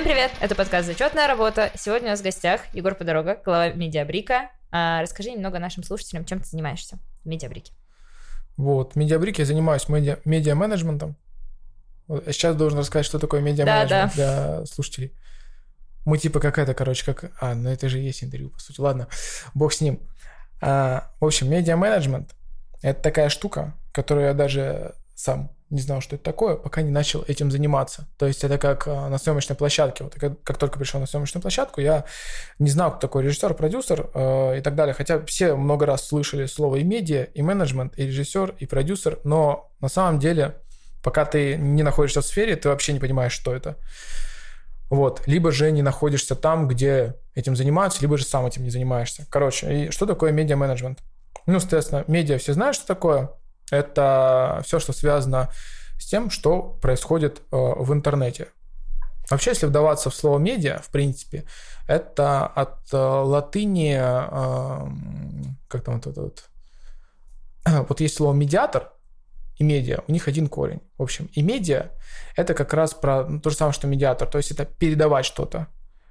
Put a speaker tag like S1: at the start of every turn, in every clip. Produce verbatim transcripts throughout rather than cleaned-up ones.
S1: Всем привет! Это подкаст «Зачетная работа». Сегодня у нас в гостях Егор Подорога, глава Медиабрика. А, расскажи немного нашим слушателям, чем ты занимаешься в Медиабрике.
S2: Вот, в Медиабрике я занимаюсь медиа, медиа-менеджментом. Вот, сейчас должен рассказать, что такое медиа-менеджмент да, да. для слушателей. Мы типа какая-то, короче, как... А, ну это же есть интервью, по сути. Ладно, бог с ним. А, в общем, медиа-менеджмент – это такая штука, которую я даже сам не знал, что это такое, пока не начал этим заниматься. То есть это как на съемочной площадке. Вот как, как только пришел на съемочную площадку, я не знал, кто такой режиссер, продюсер э, и так далее. Хотя все много раз слышали слово и медиа, и менеджмент, и режиссер, и продюсер, но на самом деле, пока ты не находишься в сфере, ты вообще не понимаешь, что это. Вот. Либо же не находишься там, где этим занимаются, либо же сам этим не занимаешься. Короче, и что такое медиа-менеджмент? Ну, соответственно, медиа все знают, что такое. Это все, что связано с тем, что происходит э, в интернете. Вообще, если вдаваться в слово «медиа», в принципе, это от э, латыни... Э, как там вот это вот... Вот есть слово «медиатор» и «медиа», у них один корень. В общем, и «медиа» — это как раз про ну, то же самое, что «медиатор», то есть это передавать что-то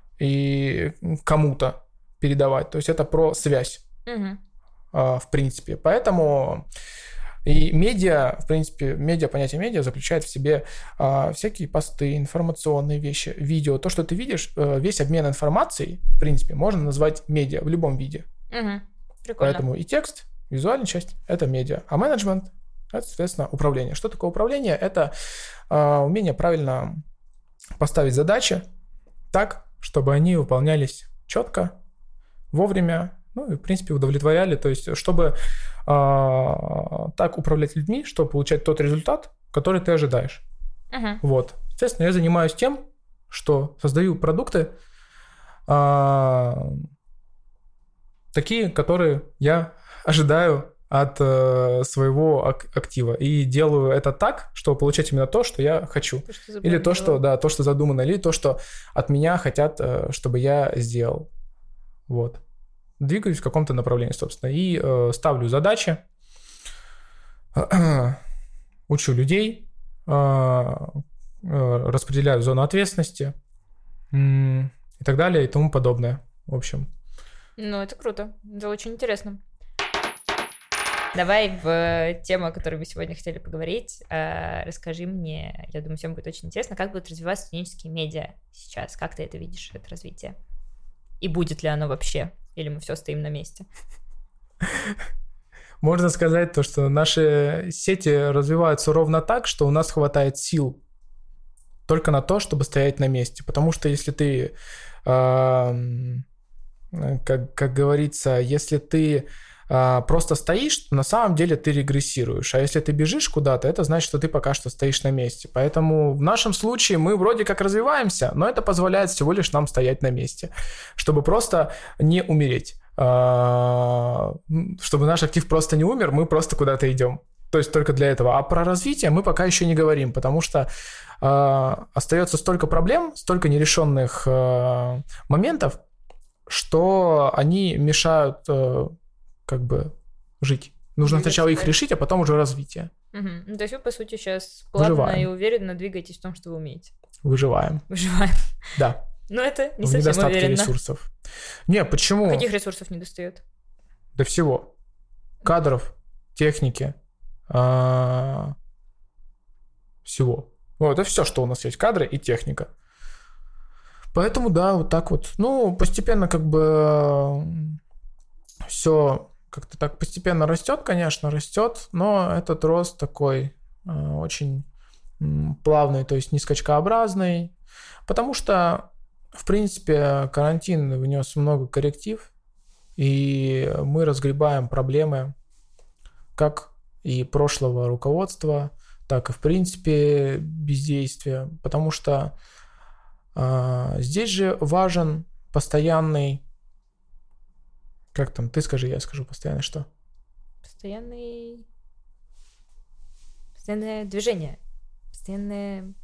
S2: и кому-то передавать. То есть это про связь, угу. э, в принципе. Поэтому... И медиа, в принципе, медиа, понятие медиа заключает в себе а, всякие посты, информационные вещи, видео. То, что ты видишь, весь обмен информацией, в принципе, можно назвать медиа в любом виде.
S1: Угу. Прикольно.
S2: Поэтому и текст, визуальная часть – это медиа. А менеджмент – это, соответственно, управление. Что такое управление? Это а, умение правильно поставить задачи так, чтобы они выполнялись четко, вовремя, ну и, в принципе, удовлетворяли. То есть, чтобы а, так управлять людьми, чтобы получать тот результат, который ты ожидаешь. Uh-huh. Вот. Естественно, я занимаюсь тем, что создаю продукты а, такие, которые я ожидаю от а, своего актива. И делаю это так, чтобы получать именно то, что я хочу. То, что или то, что, да, то, что задумано, или то, что от меня хотят, чтобы я сделал. Вот. Двигаюсь в каком-то направлении, собственно, и э, ставлю задачи, э, учу людей, э, э, распределяю зону ответственности э, и так далее, и тому подобное, в общем.
S1: Ну, это круто, это очень интересно. Давай в тему, о которой мы сегодня хотели поговорить, э, расскажи мне, я думаю, всем будет очень интересно, как будут развиваться студенческие медиа сейчас, как ты это видишь, это развитие? И будет ли оно вообще? Или мы все стоим на месте?
S2: Можно сказать то, что наши сети развиваются ровно так, что у нас хватает сил только на то, чтобы стоять на месте. Потому что если ты, э, как, как говорится, если ты э, просто стоишь, то на самом деле ты регрессируешь. А если ты бежишь куда-то, это значит, что ты пока что стоишь на месте. Поэтому в нашем случае мы вроде как развиваемся, но это позволяет всего лишь нам стоять на месте, чтобы просто не умереть. Чтобы наш актив просто не умер, мы просто куда-то идем. То есть только для этого. А про развитие мы пока еще не говорим, потому что э, остается столько проблем, столько нерешенных э, моментов, что они мешают э, как бы жить. Нужно двигаться сначала их решить, а потом уже развитие.
S1: Угу. Ну, то есть вы, по сути, сейчас плавно Выживаем. И уверенно двигаетесь в том, что вы умеете.
S2: Выживаем.
S1: Выживаем.
S2: Да.
S1: Но это не
S2: в
S1: совсем
S2: недостатке
S1: уверенно.
S2: Ресурсов. Не, почему?
S1: Каких ресурсов не достает?
S2: Да всего. Кадров, техники, а... всего. Вот, это все, что у нас есть. Кадры и техника. Поэтому, да, вот так вот. Ну, постепенно как бы все как-то так постепенно растет, конечно, растет, но этот рост такой э, очень плавный, то есть не скачкообразный, потому что, в принципе, карантин внес много корректив, и мы разгребаем проблемы как и прошлого руководства, так и, в принципе, бездействия, потому что э, здесь же важен постоянный... Как там? Ты скажи, я скажу постоянно что?
S1: Постоянный... Постоянное движение. Постоянное...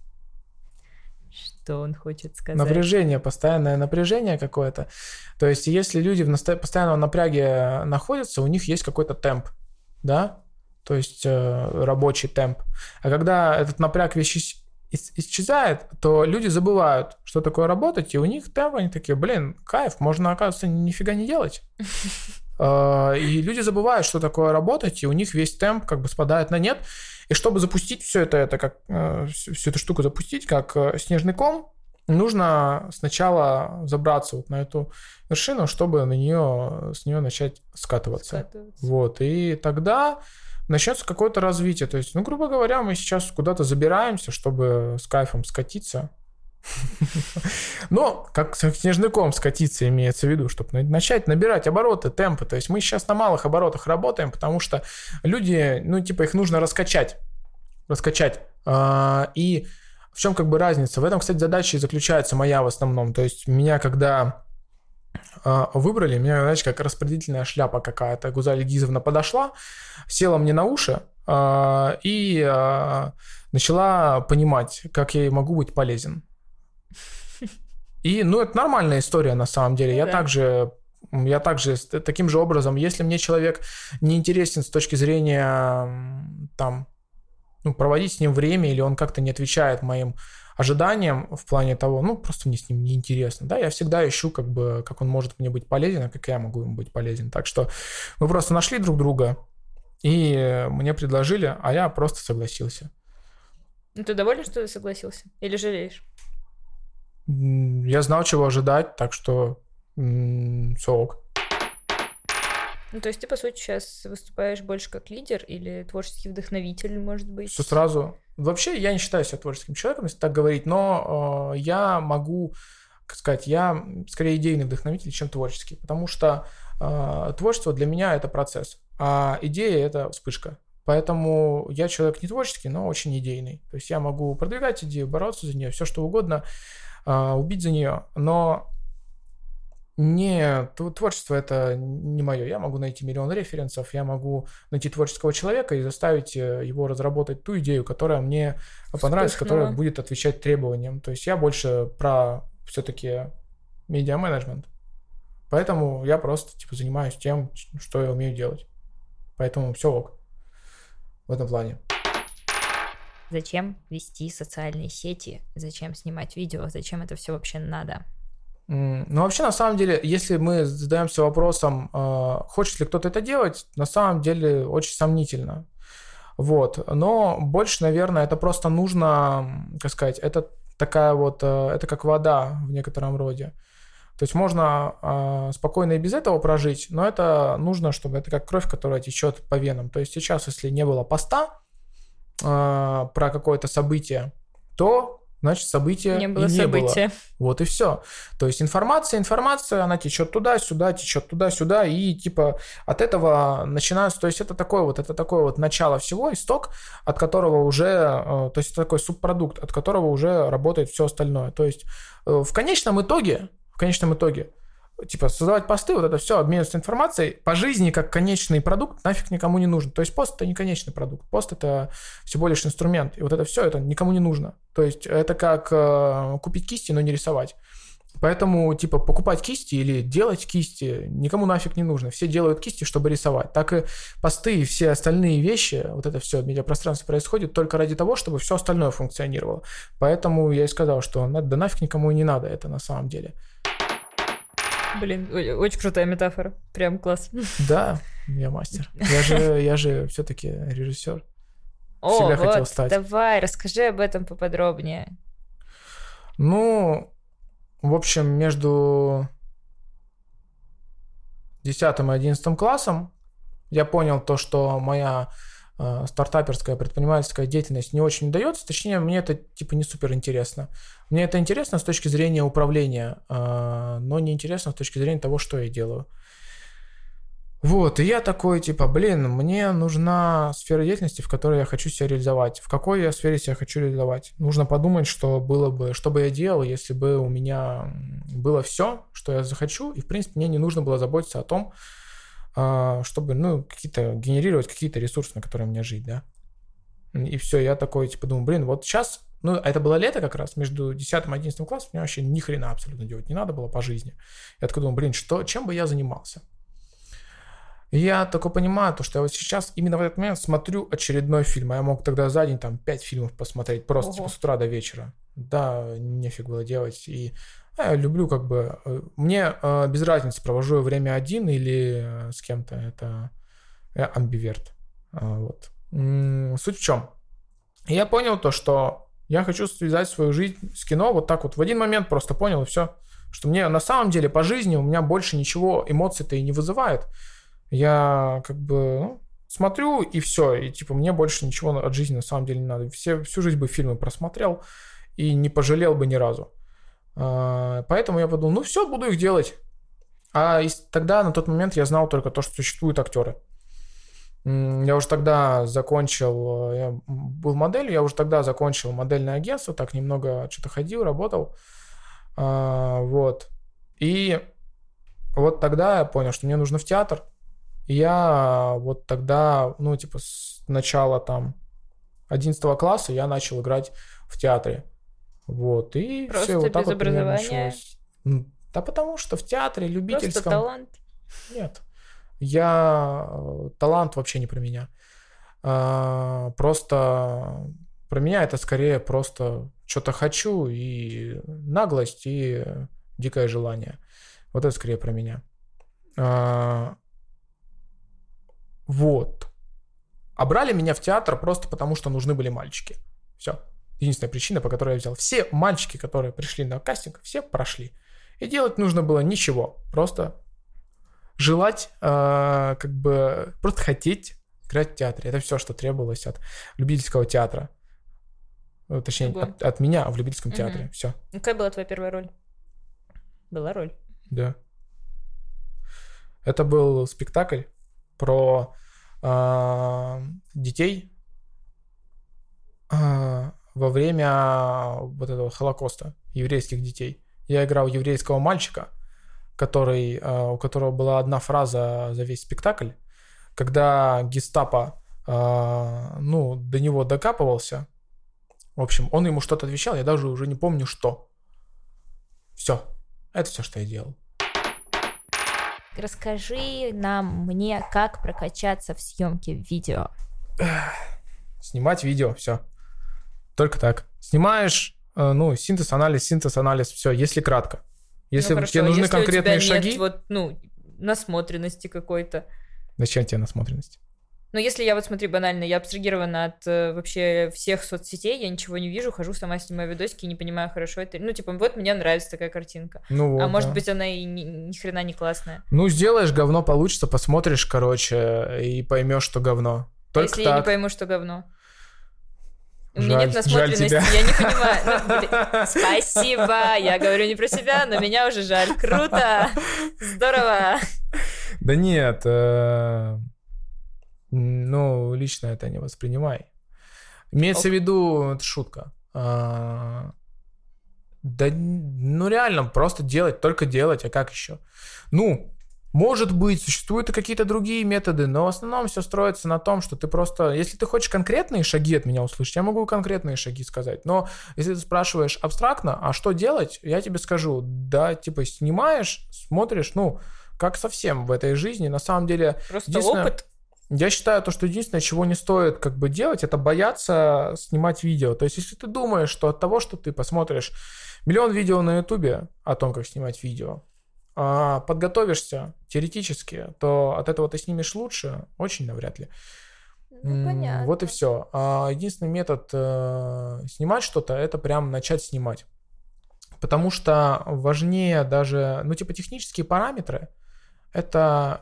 S1: Что он хочет сказать?
S2: Напряжение, постоянное напряжение какое-то. То есть, если люди в насто... постоянном напряге находятся, у них есть какой-то темп, да? То есть, э, рабочий темп. А когда этот напряг весь исчезает, то люди забывают, что такое работать, и у них темп, они такие, блин, кайф, можно, оказывается, нифига не делать. И люди забывают, что такое работать, и у них весь темп как бы спадает на нет. И чтобы запустить все это, это как, всю эту штуку запустить, как снежный ком, нужно сначала забраться вот на эту вершину, чтобы на нее, с нее начать скатываться. скатываться. Вот, и тогда начнется какое-то развитие. То есть, ну, грубо говоря, мы сейчас куда-то забираемся, чтобы с кайфом скатиться. Но как снежный ком скатиться имеется в виду, чтобы начать набирать обороты, темпы. То есть мы сейчас на малых оборотах работаем, потому что люди, ну, типа, их нужно раскачать. Раскачать. И в чем как бы разница? В этом, кстати, задача и заключается моя в основном. То есть меня, когда выбрали, меня, знаете, как распределительная шляпа какая-то, Гузаль Гизовна подошла, села мне на уши и начала понимать, как я ей могу быть полезен. И, ну, это нормальная история на самом деле. Я да. также, я также таким же образом, если мне человек не интересен с точки зрения там, ну, проводить с ним время, или он как-то не отвечает моим ожиданиям в плане того, ну, просто мне с ним неинтересно, да, я всегда ищу, как бы, как он может мне быть полезен, а как я могу ему быть полезен. Так что мы просто нашли друг друга, и мне предложили, а я просто согласился.
S1: Ну, ты доволен, что ты согласился? Или жалеешь?
S2: Я знал, чего ожидать, так что м- все ок.
S1: Ну, то есть ты, по сути, сейчас выступаешь больше как лидер или творческий вдохновитель, может быть?
S2: Все сразу. Вообще, я не считаю себя творческим человеком, если так говорить, но э, я могу, как сказать, я скорее идейный вдохновитель, чем творческий, потому что э, творчество для меня – это процесс, а идея – это вспышка. Поэтому я человек не творческий, но очень идейный. То есть я могу продвигать идею, бороться за нее, все что угодно, убить за нее, но не, творчество это не мое. Я могу найти миллион референсов, я могу найти творческого человека и заставить его разработать ту идею, которая мне понравится, Вспыхнула. Которая будет отвечать требованиям. То есть я больше про все-таки медиа-менеджмент. Поэтому я просто типа занимаюсь тем, что я умею делать. Поэтому все ок в этом плане.
S1: Зачем вести социальные сети? Зачем снимать видео? Зачем это все вообще надо?
S2: Mm, ну, вообще, на самом деле, если мы задаемся вопросом, э, хочет ли кто-то это делать, на самом деле очень сомнительно. Вот. Но больше, наверное, это просто нужно, как сказать, это такая вот, э, это как вода в некотором роде. То есть можно э, спокойно и без этого прожить, но это нужно, чтобы это как кровь, которая течет по венам. То есть сейчас, если не было поста, про какое-то событие, то, значит, события
S1: не было
S2: и не
S1: события.
S2: было. Вот и все. То есть информация, информация, она течет туда-сюда, течет туда-сюда, и типа от этого начинаются, то есть это такое вот, это такое вот начало всего, исток, от которого уже, то есть это такой субпродукт, от которого уже работает все остальное. То есть в конечном итоге, в конечном итоге, типа создавать посты, вот это все, обмениваться информацией, по жизни как конечный продукт нафиг никому не нужен. То есть пост – это не конечный продукт, пост – это всего лишь инструмент. И вот это все, это никому не нужно. То есть это как э, купить кисти, но не рисовать. Поэтому, типа, покупать кисти или делать кисти никому нафиг не нужно. Все делают кисти, чтобы рисовать. Так и посты и все остальные вещи, вот это все в медиапространстве происходит только ради того, чтобы все остальное функционировало. Поэтому я и сказал, что да нафиг никому и не надо это на самом деле.
S1: Блин, очень крутая метафора. Прям класс.
S2: Да, я мастер. Я же, я же все-таки режиссер.
S1: О, всегда вот, хотел стать. Давай, расскажи об этом поподробнее.
S2: Ну, в общем, между десятым и одиннадцатым классом я понял то, что моя э, стартаперская предпринимательская деятельность не очень удается. Точнее, мне это типа не супер интересно. Мне это интересно с точки зрения управления, э, но не интересно с точки зрения того, что я делаю. Вот, и я такой, типа, блин, мне нужна сфера деятельности, в которой я хочу себя реализовать. В какой я сфере себя хочу реализовать? Нужно подумать, что было бы, что бы я делал, если бы у меня было все, что я захочу, и, в принципе, мне не нужно было заботиться о том, чтобы, ну, какие-то, генерировать какие-то ресурсы, на которые мне жить, да. И все, я такой, типа, думаю, блин, вот сейчас, ну, это было лето как раз, между десятым и одиннадцатым классом, мне вообще ни хрена абсолютно делать не надо было по жизни. Я такой думаю, блин, что, чем бы я занимался? И я только понимаю, то, что я вот сейчас именно в этот момент смотрю очередной фильм, а я мог тогда за день там пять фильмов посмотреть, просто типа, с утра до вечера. Да, нефиг было делать. И а, я люблю как бы... Мне э, без разницы, провожу я время один или э, с кем-то. Это я амбиверт. А, вот. М-м, суть в чем? Я понял то, что я хочу связать свою жизнь с кино вот так вот. В один момент просто понял, и все. Что мне на самом деле по жизни у меня больше ничего эмоций-то и не вызывает. Я как бы ну, смотрю и все, и типа мне больше ничего от жизни на самом деле не надо. Все, всю жизнь бы фильмы просмотрел и не пожалел бы ни разу. А, поэтому я подумал, ну все, буду их делать. А и тогда, на тот момент, я знал только то, что существуют актеры. Я уже тогда закончил, я был моделью, я уже тогда закончил модельное агентство, так немного что-то ходил, работал. А, вот. И вот тогда я понял, что мне нужно в театр. И я вот тогда, ну, типа, с начала там одиннадцатого класса я начал играть в театре. Вот, и
S1: просто
S2: все, вот так
S1: без
S2: вот
S1: образования?
S2: Началось. Да потому что в театре любительском...
S1: Просто талант?
S2: Нет. Я... Талант вообще не про меня. А, просто про меня это скорее просто что-то хочу и наглость, и дикое желание. Вот это скорее про меня. А, вот. А брали меня в театр просто потому, что нужны были мальчики. Все. Единственная причина, по которой я взял. Все мальчики, которые пришли на кастинг, все прошли. И делать нужно было ничего. Просто желать, э, как бы, просто хотеть играть в театре. Это все, что требовалось от любительского театра. Точнее, от, от меня в любительском угу. театре. Все.
S1: Ну, какая была твоя первая роль? Была роль?
S2: Да. Это был спектакль про э, детей э, во время вот этого Холокоста, еврейских детей. Я играл еврейского мальчика, который, э, у которого была одна фраза за весь спектакль. Когда гестапо э, ну, до него докапывался, в общем, он ему что-то отвечал, я даже уже не помню, что. Все. Это все, что я делал.
S1: Расскажи нам, мне, как прокачаться в съемке видео.
S2: Снимать видео, все. Только так. Снимаешь, ну, синтез-анализ, синтез-анализ, все, если кратко. Если ну, тебе нужны если конкретные
S1: у тебя
S2: шаги...
S1: нет вот, ну, насмотренности какой-то.
S2: Зачем тебе насмотренность?
S1: Ну, если я вот, смотри, банально, я абстрагирована от э, вообще всех соцсетей, я ничего не вижу, хожу, сама снимаю видосики, не понимаю, хорошо это... Ну, типа, вот мне нравится такая картинка. Ну, вот, а может да. быть, она и ни, ни хрена не классная.
S2: Ну, сделаешь, говно получится, посмотришь, короче, и поймешь, что говно. Только
S1: а если
S2: так.
S1: я не пойму, что говно? У
S2: жаль,
S1: меня нет насмотренности, я не понимаю. Ну, блин, спасибо, я говорю не про себя, но меня уже жаль. Круто, здорово.
S2: Да нет, э... ну, лично это не воспринимай. Имеется Ок. в виду, это шутка. А... Да, ну реально, просто делать, только делать, а как еще? Ну, может быть, существуют и какие-то другие методы, но в основном все строится на том, что ты просто... Если ты хочешь конкретные шаги от меня услышать, я могу конкретные шаги сказать, но если ты спрашиваешь абстрактно, а что делать, я тебе скажу, да, типа снимаешь, смотришь, ну, как совсем в этой жизни, на самом деле...
S1: Просто опыт.
S2: Я считаю, то, что единственное, чего не стоит как бы делать, это бояться снимать видео. То есть, если ты думаешь, что от того, что ты посмотришь миллион видео на Ютубе о том, как снимать видео, подготовишься теоретически, то от этого ты снимешь лучше, очень навряд ли.
S1: Ну, понятно.
S2: Вот и все. Единственный метод снимать что-то, это прям начать снимать. Потому что важнее даже, ну, типа, технические параметры, это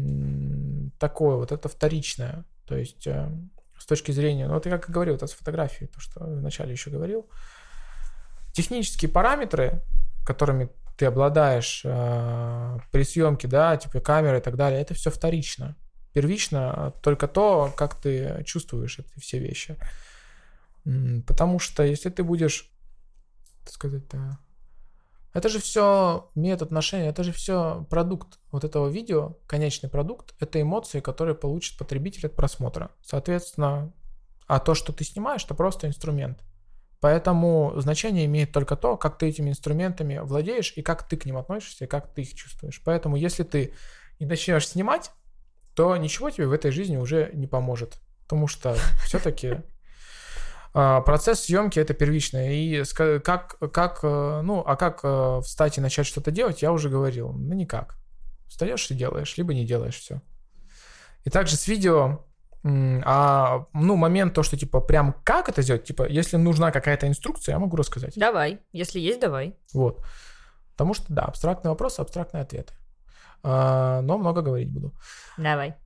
S2: такое вот, это вторичное. То есть с точки зрения, ну, вот я как и говорил, это с фотографией, то, что вначале еще говорил. Технические параметры, которыми ты обладаешь э, при съемке, да, типа камеры и так далее, это все вторично. Первично только то, как ты чувствуешь эти все вещи. Потому что если ты будешь, так сказать, да, это же все имеет отношение, это же все продукт вот этого видео, конечный продукт, это эмоции, которые получит потребитель от просмотра. Соответственно, а то, что ты снимаешь, это просто инструмент. Поэтому значение имеет только то, как ты этими инструментами владеешь и как ты к ним относишься, и как ты их чувствуешь. Поэтому если ты не начнешь снимать, то ничего тебе в этой жизни уже не поможет. Потому что все-таки процесс съемки — это первичное. И как, как, ну, а как встать и начать что-то делать, я уже говорил. Ну, никак. Встаешь и делаешь, либо не делаешь, все. И также с видео, а, ну, момент то, что, типа, прям как это сделать, типа, если нужна какая-то инструкция, я могу рассказать.
S1: Давай, если есть, давай.
S2: Вот. Потому что, да, абстрактные вопросы, абстрактные ответы. А, но много говорить буду.
S1: Давай.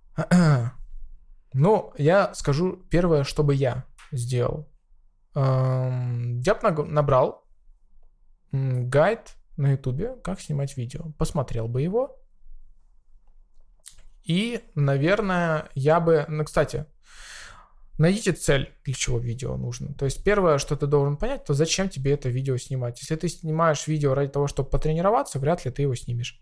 S2: Ну, я скажу первое, что бы я сделал. Я бы набрал гайд на ютубе, как снимать видео. Посмотрел бы его. И, наверное, я бы... Ну, кстати, найдите цель, для чего видео нужно. То есть первое, что ты должен понять, то зачем тебе это видео снимать. Если ты снимаешь видео ради того, чтобы потренироваться, вряд ли ты его снимешь.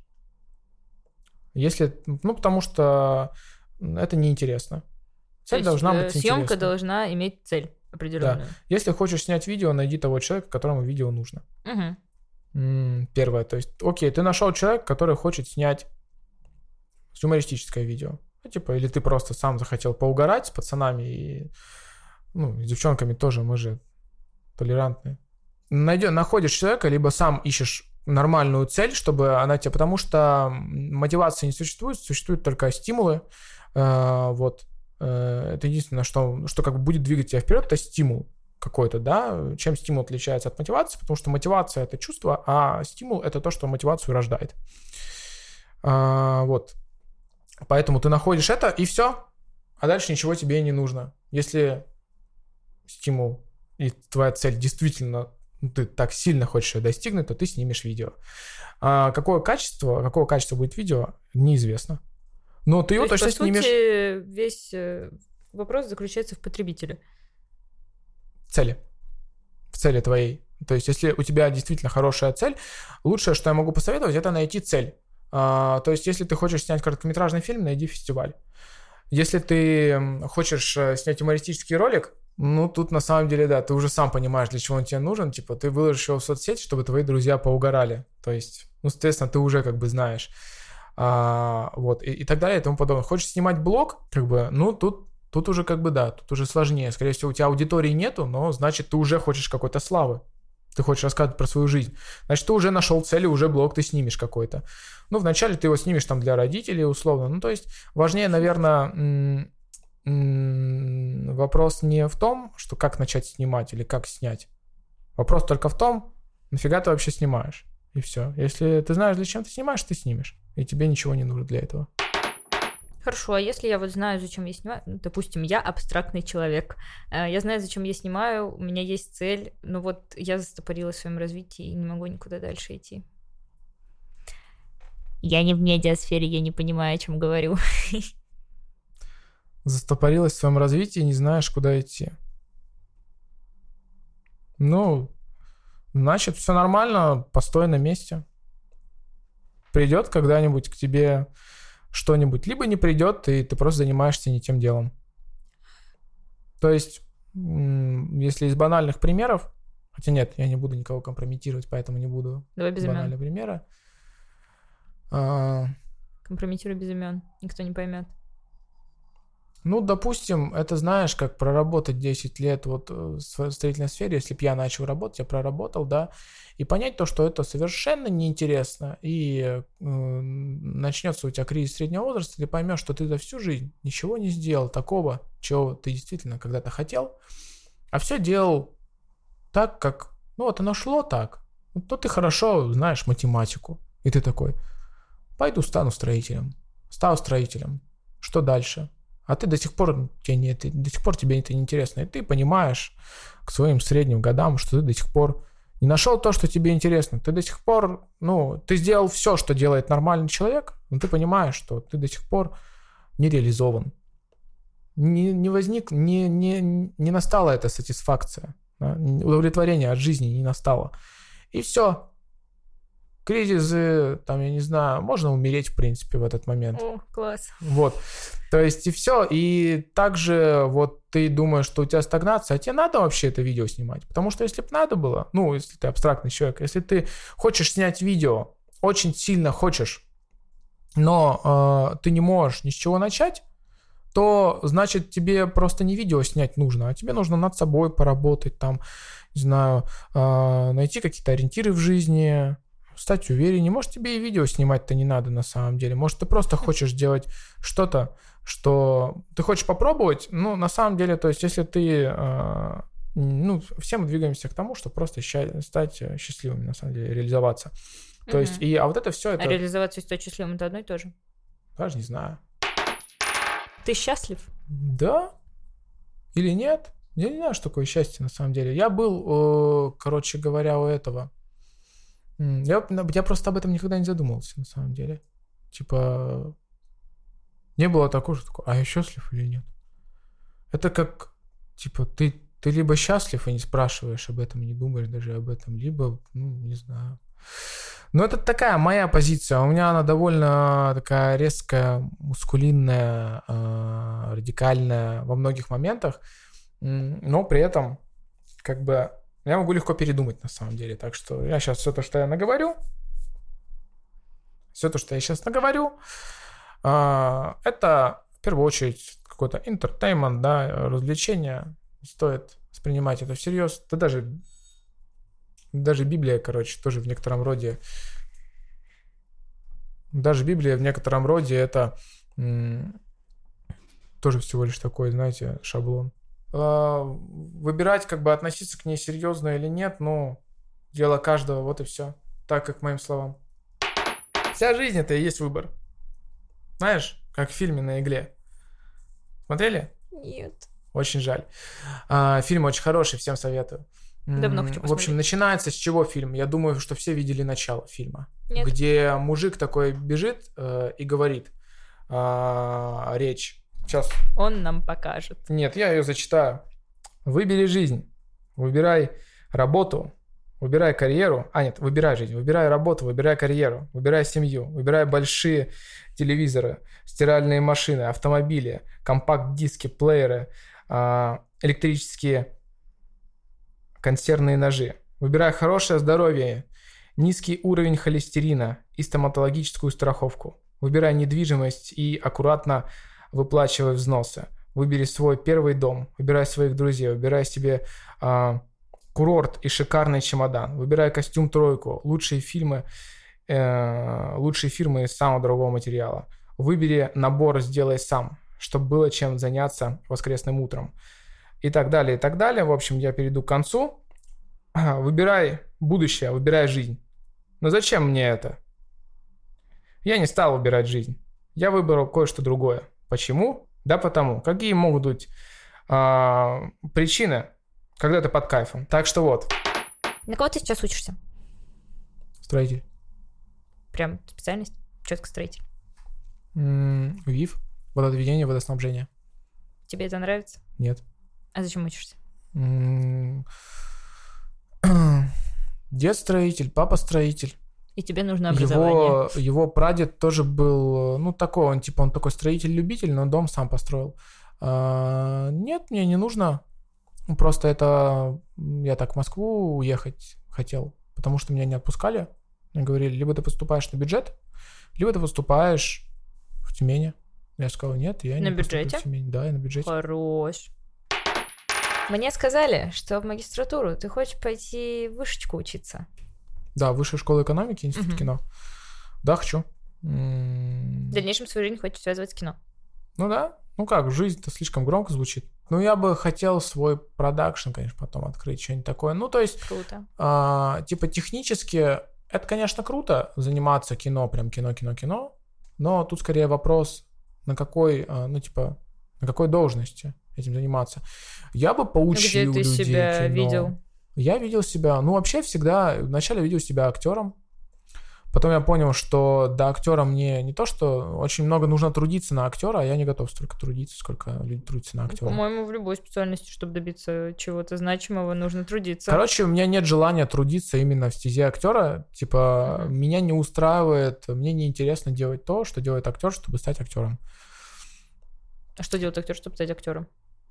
S2: Если... Ну, потому что это неинтересно. Цель
S1: То есть,
S2: должна быть
S1: съемка
S2: интересна.
S1: должна иметь цель определенную.
S2: Да. Если хочешь снять видео, найди того человека, которому видео нужно.
S1: Угу.
S2: Первое. То есть, окей, ты нашел человека, который хочет снять юмористическое видео. Ну, типа, или ты просто сам захотел поугарать с пацанами и, ну, с девчонками тоже, мы же толерантные. Найдешь, находишь человека, либо сам ищешь нормальную цель, чтобы она тебе... Потому что мотивации не существует, существуют только стимулы. Э, вот. Э, это единственное, что, что как бы будет двигать тебя вперед, это стимул какой-то, да? Чем стимул отличается от мотивации? Потому что мотивация — это чувство, а стимул — это то, что мотивацию рождает. Э, вот. Поэтому ты находишь это, и все. А дальше ничего тебе не нужно. Если стимул и твоя цель действительно, ну, ты так сильно хочешь ее достигнуть, то ты снимешь видео. А какое качество, какого качества будет видео, неизвестно. Но ты его точно
S1: есть, по
S2: снимешь.
S1: Сути, весь вопрос заключается в потребителе.
S2: Цели. В цели твоей. То есть, если у тебя действительно хорошая цель, лучшее, что я могу посоветовать, это найти цель. Uh, то есть, если ты хочешь снять короткометражный фильм, найди фестиваль. Если ты хочешь снять юмористический ролик, ну, тут на самом деле, да, ты уже сам понимаешь, для чего он тебе нужен. Типа, ты выложишь его в соцсети, чтобы твои друзья поугарали. То есть, ну, соответственно, ты уже как бы знаешь. Uh, вот, и, и так далее, и тому подобное. Хочешь снимать блог, как бы, ну, тут, тут уже как бы, да, тут уже сложнее. Скорее всего, у тебя аудитории нету, но, значит, ты уже хочешь какой-то славы. Ты хочешь рассказывать про свою жизнь. Значит, ты уже нашел цель, и уже блог ты снимешь какой-то. Ну, вначале ты его снимешь там для родителей, условно. Ну, то есть, важнее, наверное, м- м- вопрос не в том, что как начать снимать или как снять. Вопрос только в том, нафига ты вообще снимаешь. И все. Если ты знаешь, для чего ты снимаешь, ты снимешь. И тебе ничего не нужно для этого.
S1: Хорошо, а если я вот знаю, зачем я снимаю, ну, допустим, я абстрактный человек, я знаю, зачем я снимаю, у меня есть цель, но вот я застопорилась в своем развитии и не могу никуда дальше идти. Я не в медиасфере, я не понимаю, о чем говорю.
S2: Застопорилась в своем развитии, не знаешь, куда идти. Ну, значит, все нормально, постой на месте. Придет когда-нибудь к тебе что-нибудь, либо не придет, и ты просто занимаешься не тем делом. То есть, если из банальных примеров, хотя нет, я не буду никого компрометировать, поэтому не буду.
S1: Давай без
S2: банальные
S1: имен.
S2: примеры. А...
S1: Компрометируй без имен, никто не поймет.
S2: Ну, допустим, это знаешь, как проработать десять лет вот в строительной сфере, если бы я начал работать, я проработал, да, и понять то, что это совершенно неинтересно, и э, начнется у тебя кризис среднего возраста, ты поймешь, что ты за всю жизнь ничего не сделал такого, чего ты действительно когда-то хотел, а все делал так, как, ну вот оно шло так, то ты хорошо знаешь математику, и ты такой, пойду стану строителем, стал строителем, что дальше? А ты до сих пор тебе не, ты, до сих пор тебе это не интересно. И ты понимаешь к своим средним годам, что ты до сих пор не нашел то, что тебе интересно. Ты до сих пор, ну, ты сделал все, что делает нормальный человек, но ты понимаешь, что ты до сих пор не реализован. Не, не возник, не, не, не настала эта сатисфакция. Да? Удовлетворение от жизни не настало. И все. Кризисы, там, я не знаю, можно умереть, в принципе, в этот момент.
S1: О, класс.
S2: Вот. То есть и все. И также вот ты думаешь, что у тебя стагнация, а тебе надо вообще это видео снимать? Потому что если бы надо было, ну, если ты абстрактный человек, если ты хочешь снять видео, очень сильно хочешь, но э, ты не можешь ни с чего начать, то, значит, тебе просто не видео снять нужно, а тебе нужно над собой поработать, там, не знаю, э, найти какие-то ориентиры в жизни, стать увереннее. Может, тебе и видео снимать-то не надо на самом деле. Может, ты просто хочешь делать что-то, что ты хочешь попробовать. Ну, на самом деле, то есть, если ты... Э, ну, все мы двигаемся к тому, чтобы просто ща- стать счастливыми, на самом деле, реализоваться. То
S1: Мгм.
S2: есть, и, а вот это все, это...
S1: А реализоваться и стать счастливым — это одно и то же.
S2: Даже не знаю.
S1: Ты счастлив?
S2: Да? Или нет? Я не знаю, что такое счастье на самом деле. Я был, э, короче говоря, у этого. М, Я, я просто об этом никогда не задумывался, на самом деле. Типа, не было такого, что такое, а я счастлив или нет? Это как, типа, ты, ты либо счастлив и не спрашиваешь об этом, и не думаешь даже об этом, либо, ну, не знаю. Но это такая моя позиция. У меня она довольно такая резкая, мускулинная, э, радикальная во многих моментах, м, но при этом как бы я могу легко передумать на самом деле. Так что я сейчас все то, что я наговорю, все то, что я сейчас наговорю, э, это в первую очередь какой-то entertainment, да, развлечение. Не стоит воспринимать это всерьез. Да даже Даже Библия, короче, тоже в некотором роде... Даже Библия в некотором роде это м, тоже всего лишь такой, знаете, шаблон. А, выбирать, как бы относиться к ней серьезно или нет, ну, дело каждого, вот и все. Так, как моим словам. Вся жизнь — это и есть выбор. Знаешь, как в фильме «На игле». Смотрели?
S1: Нет.
S2: Очень жаль. А, фильм очень хороший, всем советую.
S1: Давно хочу посмотреть.
S2: В общем, начинается с чего фильм? Я думаю, что все видели начало фильма.
S1: Нет.
S2: Где мужик такой бежит э, и говорит э, речь. Сейчас.
S1: Он нам покажет.
S2: Нет, я ее зачитаю. Выбери жизнь. Выбирай работу. Выбирай карьеру. А, нет, выбирай жизнь. Выбирай работу, выбирай карьеру. Выбирай семью. Выбирай большие телевизоры, стиральные машины, автомобили, компакт-диски, плееры, э, электрические консервные ножи. Выбирай хорошее здоровье, низкий уровень холестерина и стоматологическую страховку. Выбирай недвижимость и аккуратно выплачивай взносы. Выбери свой первый дом, выбирай своих друзей, выбирай себе э, курорт и шикарный чемодан. Выбирай костюм-тройку, лучшие фильмы, э, лучшие фильмы из самого дорогого материала. Выбери набор «Сделай сам», чтобы было чем заняться воскресным утром. И так далее, и так далее. В общем, я перейду к концу. Выбирай будущее, выбирай жизнь. Но зачем мне это? Я не стал выбирать жизнь. Я выбрал кое-что другое. Почему? Да потому. Какие могут быть а, причины, когда ты под кайфом? Так что вот.
S1: На кого ты сейчас учишься?
S2: Строитель.
S1: Прям специальность? Четко строитель.
S2: М-м, ВИФ. Водоотведение, водоснабжение.
S1: Тебе это нравится?
S2: Нет.
S1: А зачем учишься?
S2: Дед строитель, папа строитель.
S1: И тебе нужно образование.
S2: Его, его прадед тоже был, ну, такой, он типа, он такой строитель-любитель, но дом сам построил. А, нет, мне не нужно. Просто это, я так в Москву уехать хотел, потому что меня не отпускали. Мне говорили, либо ты поступаешь на бюджет, либо ты поступаешь в Тюмени. Я сказал, нет, я
S1: на
S2: не поступлю
S1: бюджете?
S2: в Тюмень. Да, я на бюджете.
S1: Хорош. Мне сказали, что в магистратуру ты хочешь пойти в вышечку учиться.
S2: Да, Высшая школа экономики, институт
S1: Мгм.
S2: кино. Да, хочу.
S1: В дальнейшем свою жизнь хочешь связывать с кино.
S2: Ну да. Ну как, жизнь-то слишком громко звучит. Ну, я бы хотел свой продакшн, конечно, потом открыть, что-нибудь такое. Ну, то есть,
S1: Круто.
S2: а, типа, технически это, конечно, круто заниматься кино, прям кино-кино-кино, но тут скорее вопрос, на какой, а, ну, типа, на какой должности этим заниматься. Я бы поучил
S1: Где ты
S2: людей
S1: себя
S2: кино.
S1: видел?
S2: Я видел себя, ну, вообще всегда, вначале видел себя актером, потом я понял, что до актера мне не то, что очень много нужно трудиться на актера, а я не готов столько трудиться, сколько люди трудятся на актера.
S1: По-моему, в любой специальности, чтобы добиться чего-то значимого, нужно трудиться.
S2: Короче, у меня нет желания трудиться именно в стезе актера. Типа,
S1: Мгм.
S2: меня не устраивает, мне неинтересно делать то, что делает актер, чтобы стать актером.
S1: А что делает актер, чтобы стать актером?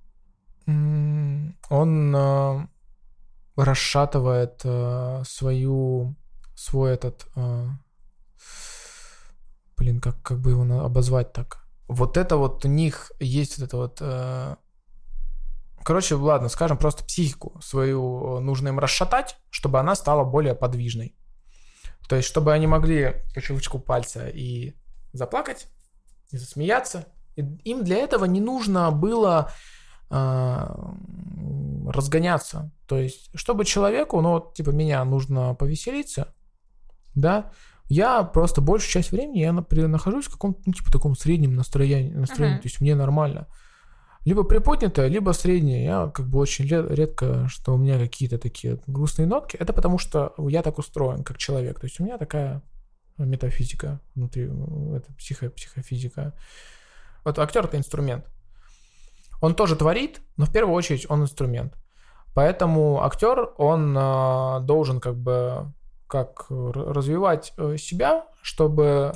S2: М, Он э, расшатывает э, свою, свой этот, э, блин, как, как бы его обозвать так? Вот это вот у них есть вот это вот... Э... Короче, ладно, скажем, просто психику свою нужно им расшатать, чтобы она стала более подвижной. То есть, чтобы они могли по щелчку пальца и заплакать, и засмеяться. И им для этого не нужно было э, разгоняться. То есть, чтобы человеку, ну, вот, типа, меня нужно повеселиться, да, я просто большую часть времени я нахожусь в каком-то, ну, типа, таком среднем настроении, настроении uh-huh. То есть, мне нормально. Либо приподнятое, либо среднее. Я как бы очень редко, что у меня какие-то такие грустные нотки. Это потому, что я так устроен, как человек. То есть у меня такая метафизика внутри, это психо, психофизика. Вот актер — это инструмент. Он тоже творит, но в первую очередь он инструмент. Поэтому актер, он э, должен как бы как развивать себя, чтобы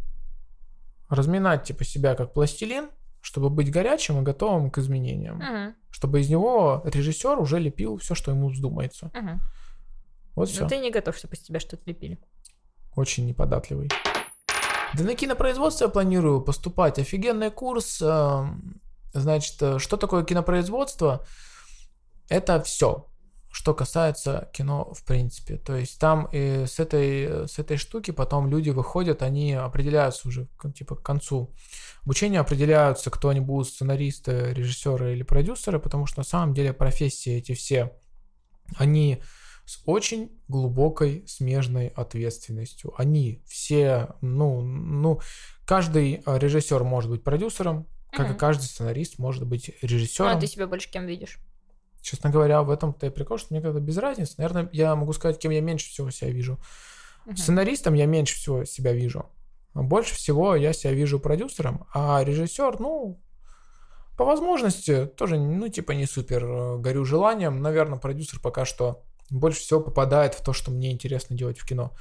S2: разминать типа себя как пластилин, чтобы быть горячим и готовым к изменениям. Uh-huh. Чтобы из него режиссер уже лепил все, что ему вздумается. Uh-huh. Вот все.
S1: Но ты не готов, чтобы из тебя что-то лепили.
S2: Очень неподатливый. Да на кинопроизводство я планирую поступать. Офигенный курс. Значит, что такое кинопроизводство? Это все, что касается кино в принципе. То есть там и с этой, с этой штуки потом люди выходят, они определяются уже типа к концу обучения, определяются, кто они будут, сценаристы, режиссеры или продюсеры, потому что на самом деле профессии эти все, они с очень глубокой смежной ответственностью. Они все, ну, ну каждый режиссер может быть продюсером, как угу. и каждый сценарист может быть режиссером.
S1: А ты себя больше кем видишь?
S2: Честно говоря, в этом-то и прикол, что мне как-то без разницы. Наверное, я могу сказать, кем я меньше всего себя вижу. Uh-huh. Сценаристом я меньше всего себя вижу. Больше всего я себя вижу продюсером, а режиссер, ну, по возможности, тоже, ну, типа не супер горю желанием. Наверное, продюсер пока что больше всего попадает в то, что мне интересно делать в кино.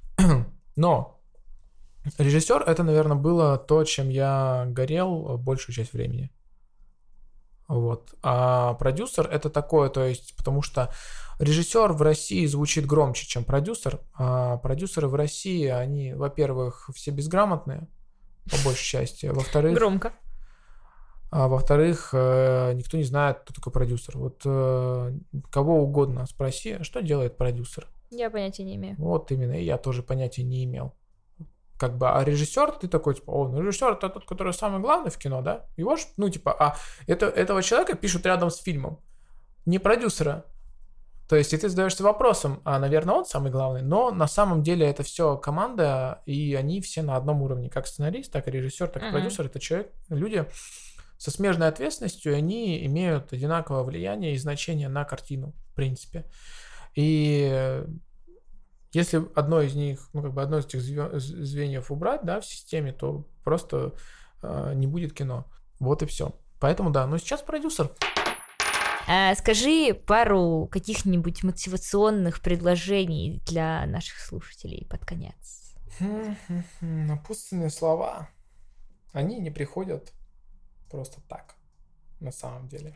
S2: Но режиссер — это, наверное, было то, чем я горел большую часть времени. Вот. А продюсер — это такое, то есть, потому что режиссер в России звучит громче, чем продюсер, а продюсеры в России, они, во-первых, все безграмотные, по большей части, во-вторых...
S1: Громко.
S2: А во-вторых, никто не знает, кто такой продюсер. Вот кого угодно спроси, что делает продюсер.
S1: Я понятия не имею.
S2: Вот именно, и я тоже понятия не имел. Как бы, а режиссер, ты такой, типа, о, ну режиссер — это тот, который самый главный в кино, да? Его ж, ну, типа, а это, этого человека пишут рядом с фильмом, не продюсера. То есть, и ты задаешься вопросом, а, наверное, он самый главный, но на самом деле это все команда, и они все на одном уровне, как сценарист, так и режиссер, так и uh-huh. продюсер. Это человек, люди со смежной ответственностью, они имеют одинаковое влияние и значение на картину, в принципе. И если одно из них, ну, как бы одно из этих звеньев убрать, да, в системе, то просто э, не будет кино. Вот и все. Поэтому, да, но сейчас продюсер.
S1: А, скажи пару каких-нибудь мотивационных предложений для наших слушателей под конец.
S2: Напутственные слова. Они не приходят просто так, на самом деле.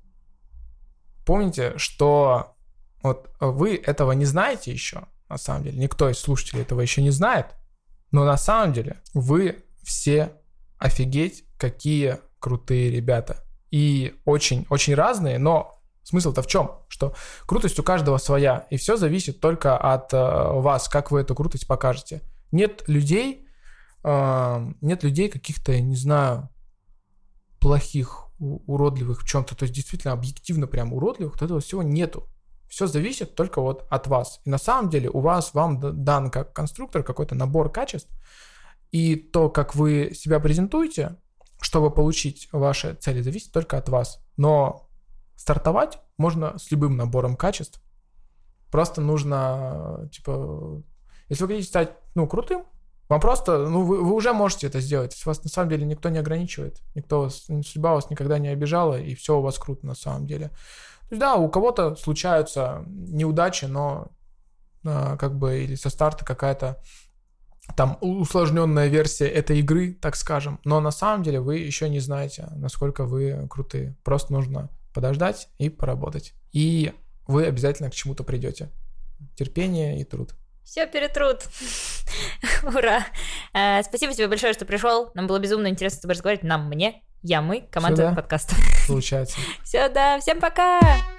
S2: Помните, что вот вы этого не знаете еще, на самом деле. Никто из слушателей этого еще не знает. Но на самом деле вы все офигеть, какие крутые ребята. И очень-очень разные, но смысл-то в чем? Что крутость у каждого своя. И все зависит только от э, вас, как вы эту крутость покажете. Нет людей, э, нет людей каких-то, не знаю, плохих, уродливых в чем-то. То есть действительно объективно прям уродливых. Вот этого всего нету. Все зависит только вот от вас. И на самом деле у вас, вам дан как конструктор какой-то набор качеств, и то, как вы себя презентуете, чтобы получить ваши цели, зависит только от вас. Но стартовать можно с любым набором качеств. Просто нужно, типа, если вы хотите стать, ну, крутым, вам просто, ну, вы, вы уже можете это сделать. Вас на самом деле никто не ограничивает. Никто вас, судьба вас никогда не обижала, и все у вас круто на самом деле. То есть, да, у кого-то случаются неудачи, но а, как бы или со старта какая-то там усложненная версия этой игры, так скажем. Но на самом деле вы еще не знаете, насколько вы крутые. Просто нужно подождать и поработать. И вы обязательно к чему-то придете. Терпение и труд.
S1: Все перетрут. Ура. А, спасибо тебе большое, что пришел. Нам было безумно интересно с тобой разговаривать. Нам, мне, я, мы, команда подкаста.
S2: Получается.
S1: Все, да, всем пока.